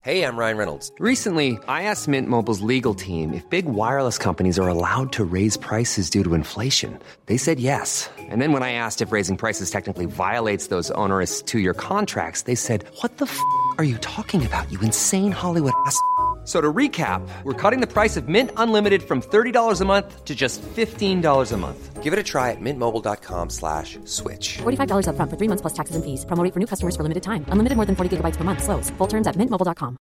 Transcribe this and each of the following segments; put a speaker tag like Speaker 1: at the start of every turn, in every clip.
Speaker 1: Hey, I'm Ryan Reynolds.
Speaker 2: Recently, I asked Mint Mobile's legal team if big wireless companies are allowed to raise prices due to inflation. They said yes. And then when I asked if raising prices technically violates those onerous two-year contracts, they said, "What the f*** are you talking about, you insane Hollywood ass?" So to recap, we're cutting the price of Mint Unlimited from $30 a month to just $15 a month.
Speaker 1: Give it a try at mintmobile.com/switch.
Speaker 3: $45 up front for 3 months plus taxes and fees. Promo rate for new customers for limited time. Unlimited more than 40 gigabytes per month. Slows full terms at mintmobile.com.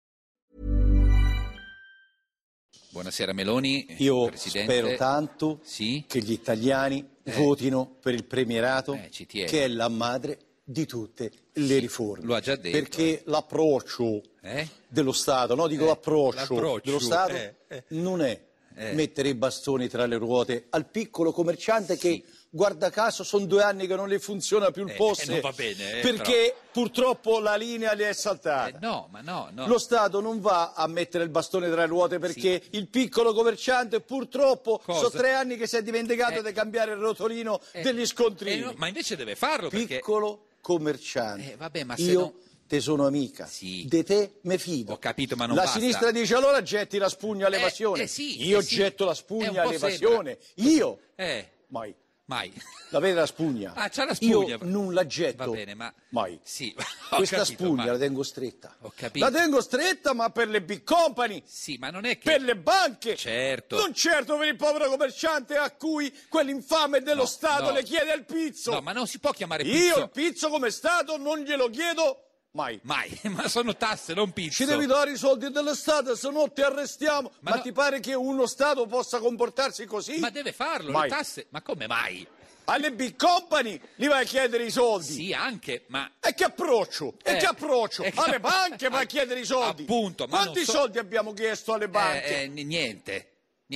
Speaker 4: Buonasera Meloni,
Speaker 5: Io
Speaker 4: Presidente.
Speaker 5: spero tanto che gli italiani votino per il premierato, che è la madre di tutte le riforme.
Speaker 4: Lo ha già detto.
Speaker 5: Perché l'approccio dello Stato, no, dico l'approccio dello Stato non è mettere i bastoni tra le ruote al piccolo commerciante che, guarda caso, sono 2 anni che non le funziona più il POS,
Speaker 4: non va bene,
Speaker 5: perché purtroppo la linea le è saltata.
Speaker 4: No.
Speaker 5: Lo Stato non va a mettere il bastone tra le ruote perché il piccolo commerciante purtroppo sono 3 anni che si è dimenticato di cambiare il rotolino degli scontrini.
Speaker 4: Ma invece deve farlo perché...
Speaker 5: Piccolo commerciante.
Speaker 4: Vabbè, ma se
Speaker 5: io
Speaker 4: no...
Speaker 5: te sono amica, di te me fido.
Speaker 4: Ho capito, ma non
Speaker 5: la
Speaker 4: basta.
Speaker 5: Sinistra dice allora getti la spugna all'evasione. Io getto la spugna all'evasione. Io? Mai. La vede la spugna?
Speaker 4: C'ha la spugna.
Speaker 5: Io non la getto.
Speaker 4: Va bene, ma...
Speaker 5: Mai.
Speaker 4: Sì,
Speaker 5: questa spugna la tengo stretta.
Speaker 4: Ho capito.
Speaker 5: La tengo stretta, ma per le big company.
Speaker 4: Sì, ma non è che...
Speaker 5: Per le banche.
Speaker 4: Certo.
Speaker 5: Non certo per il povero commerciante a cui quell'infame dello Stato le chiede il pizzo.
Speaker 4: No, ma non si può chiamare pizzo.
Speaker 5: Io il pizzo come Stato non glielo chiedo mai.
Speaker 4: Ma sono tasse, non pizzo.
Speaker 5: Ci devi dare i soldi dello Stato, se no ti arrestiamo. Ma ti pare che uno Stato possa comportarsi così?
Speaker 4: Ma deve farlo,
Speaker 5: mai.
Speaker 4: Le tasse. Ma come mai?
Speaker 5: Alle big company gli vai a chiedere i soldi.
Speaker 4: Sì, anche, ma...
Speaker 5: E che approccio? Alle banche vai a chiedere i soldi.
Speaker 4: Appunto, ma
Speaker 5: quanti soldi abbiamo chiesto alle banche?
Speaker 4: Niente.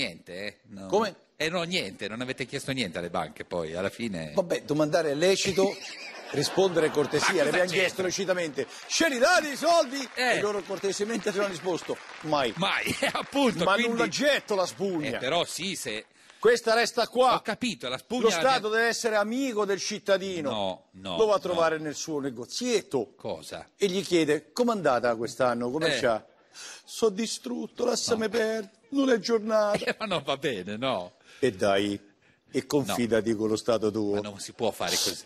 Speaker 4: No.
Speaker 5: Come?
Speaker 4: No, niente, non avete chiesto niente alle banche poi, alla fine...
Speaker 5: Vabbè, domandare è lecito, rispondere è cortesia, le abbiamo chiesto lecitamente. Ce li date i soldi? E loro cortesemente ci hanno risposto mai.
Speaker 4: Mai, appunto.
Speaker 5: Ma
Speaker 4: quindi...
Speaker 5: non la getto la spugna.
Speaker 4: Però sì, se...
Speaker 5: Questa resta qua.
Speaker 4: Ho capito, la spugna...
Speaker 5: Lo Stato deve essere amico del cittadino.
Speaker 4: No.
Speaker 5: Lo va a trovare nel suo negozietto.
Speaker 4: Cosa?
Speaker 5: E gli chiede, com'è andata quest'anno? Come c'ha? So distrutto, lasciami perdere, non è giornata.
Speaker 4: Ma non va bene, no.
Speaker 5: E dai, e confidati con lo Stato tuo.
Speaker 4: Ma non si può fare così.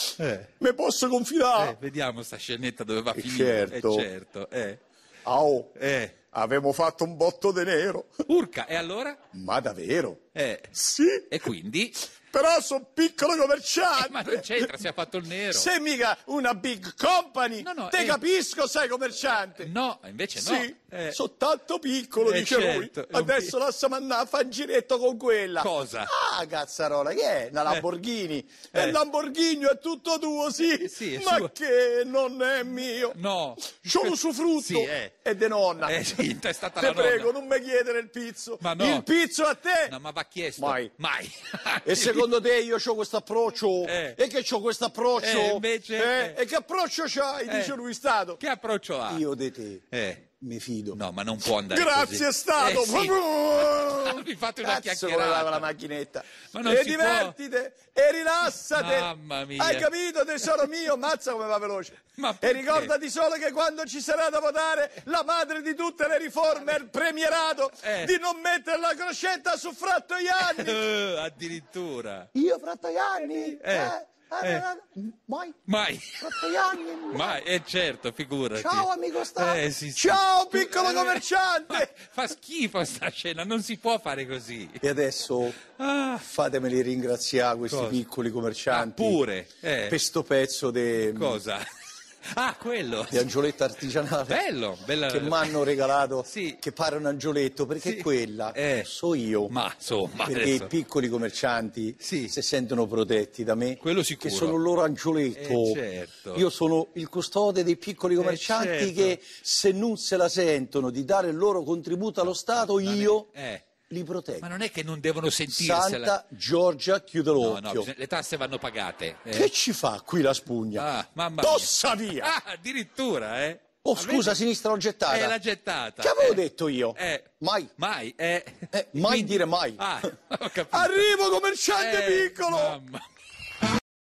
Speaker 5: Me posso confidare?
Speaker 4: Vediamo sta scenetta dove va a finire.
Speaker 5: Certo. Avevo fatto un botto di nero.
Speaker 4: Urca, e allora?
Speaker 5: Ma davvero? Sì.
Speaker 4: E quindi?
Speaker 5: Però sono piccolo commerciante.
Speaker 4: Ma non c'entra, si è fatto il nero.
Speaker 5: Sei mica una big company. Te capisco, sei commerciante.
Speaker 4: No, invece no.
Speaker 5: Sì, sono tanto piccolo, dice lui. Adesso lasciami andare a fare un giretto con quella.
Speaker 4: Cosa?
Speaker 5: Cazzarola, che è? Una Lamborghini. E il Lamborghini è tutto tuo, sì ma
Speaker 4: suo.
Speaker 5: Che non è mio.
Speaker 4: No.
Speaker 5: C'ho l'usufrutto. È de nonna.
Speaker 4: Sì, è stata
Speaker 5: Te
Speaker 4: la nonna.
Speaker 5: prego, non mi chiedere il pizzo.
Speaker 4: Ma no.
Speaker 5: Il pizzo a te.
Speaker 4: No, ma va chiesto.
Speaker 5: Mai.
Speaker 4: E
Speaker 5: secondo te io c'ho questo approccio? E che c'ho questo approccio?
Speaker 4: Invece...
Speaker 5: E che approccio c'hai? Dice lui Stato.
Speaker 4: Che approccio ha?
Speaker 5: Io di te. Mi fido.
Speaker 4: No, ma non può andare
Speaker 5: Grazie
Speaker 4: così.
Speaker 5: Stato.
Speaker 4: Vi fate una chiacchierata.
Speaker 5: Volava la macchinetta.
Speaker 4: Ma non
Speaker 5: e
Speaker 4: si
Speaker 5: divertite e rilassate.
Speaker 4: Mamma mia.
Speaker 5: Hai capito, tesoro mio? Mazza come va veloce. E ricordati solo che quando ci sarà da votare la madre di tutte le riforme è il premierato, di non mettere la crocetta su Frattoianni.
Speaker 4: Addirittura.
Speaker 5: Io Frattoianni? Mai.
Speaker 4: Mai, certo, figurati.
Speaker 5: Ciao amico Stato.
Speaker 4: Sì.
Speaker 5: Ciao piccolo commerciante.
Speaker 4: Fa schifo sta scena, non si può fare così.
Speaker 5: E adesso fatemeli ringraziare questi piccoli commercianti.
Speaker 4: Pure.
Speaker 5: Per sto pezzo di...
Speaker 4: Cosa? Quello.
Speaker 5: Di angioletto artigianale.
Speaker 4: Bella.
Speaker 5: Che mi hanno regalato. Che pare un angioletto, perché quella so io.
Speaker 4: Ma insomma.
Speaker 5: Perché
Speaker 4: adesso...
Speaker 5: i piccoli commercianti si sentono protetti da me.
Speaker 4: Quello sicuro.
Speaker 5: Che sono il loro angioletto.
Speaker 4: Certo.
Speaker 5: Io sono il custode dei piccoli commercianti che, se non se la sentono di dare il loro contributo allo Stato, io li proteggo.
Speaker 4: Ma non è che non devono sentirsela.
Speaker 5: Santa Giorgia, chiude l'occhio.
Speaker 4: No, le tasse vanno pagate.
Speaker 5: Che ci fa qui la spugna?
Speaker 4: Mamma
Speaker 5: Tossa via!
Speaker 4: Addirittura,
Speaker 5: Oh, scusa, sinistra, l'ho gettata.
Speaker 4: L'ha gettata.
Speaker 5: Che avevo detto io?
Speaker 4: Mai.
Speaker 5: Mai dire mai.
Speaker 4: Ho capito.
Speaker 5: Arrivo, commerciante piccolo!
Speaker 4: Mamma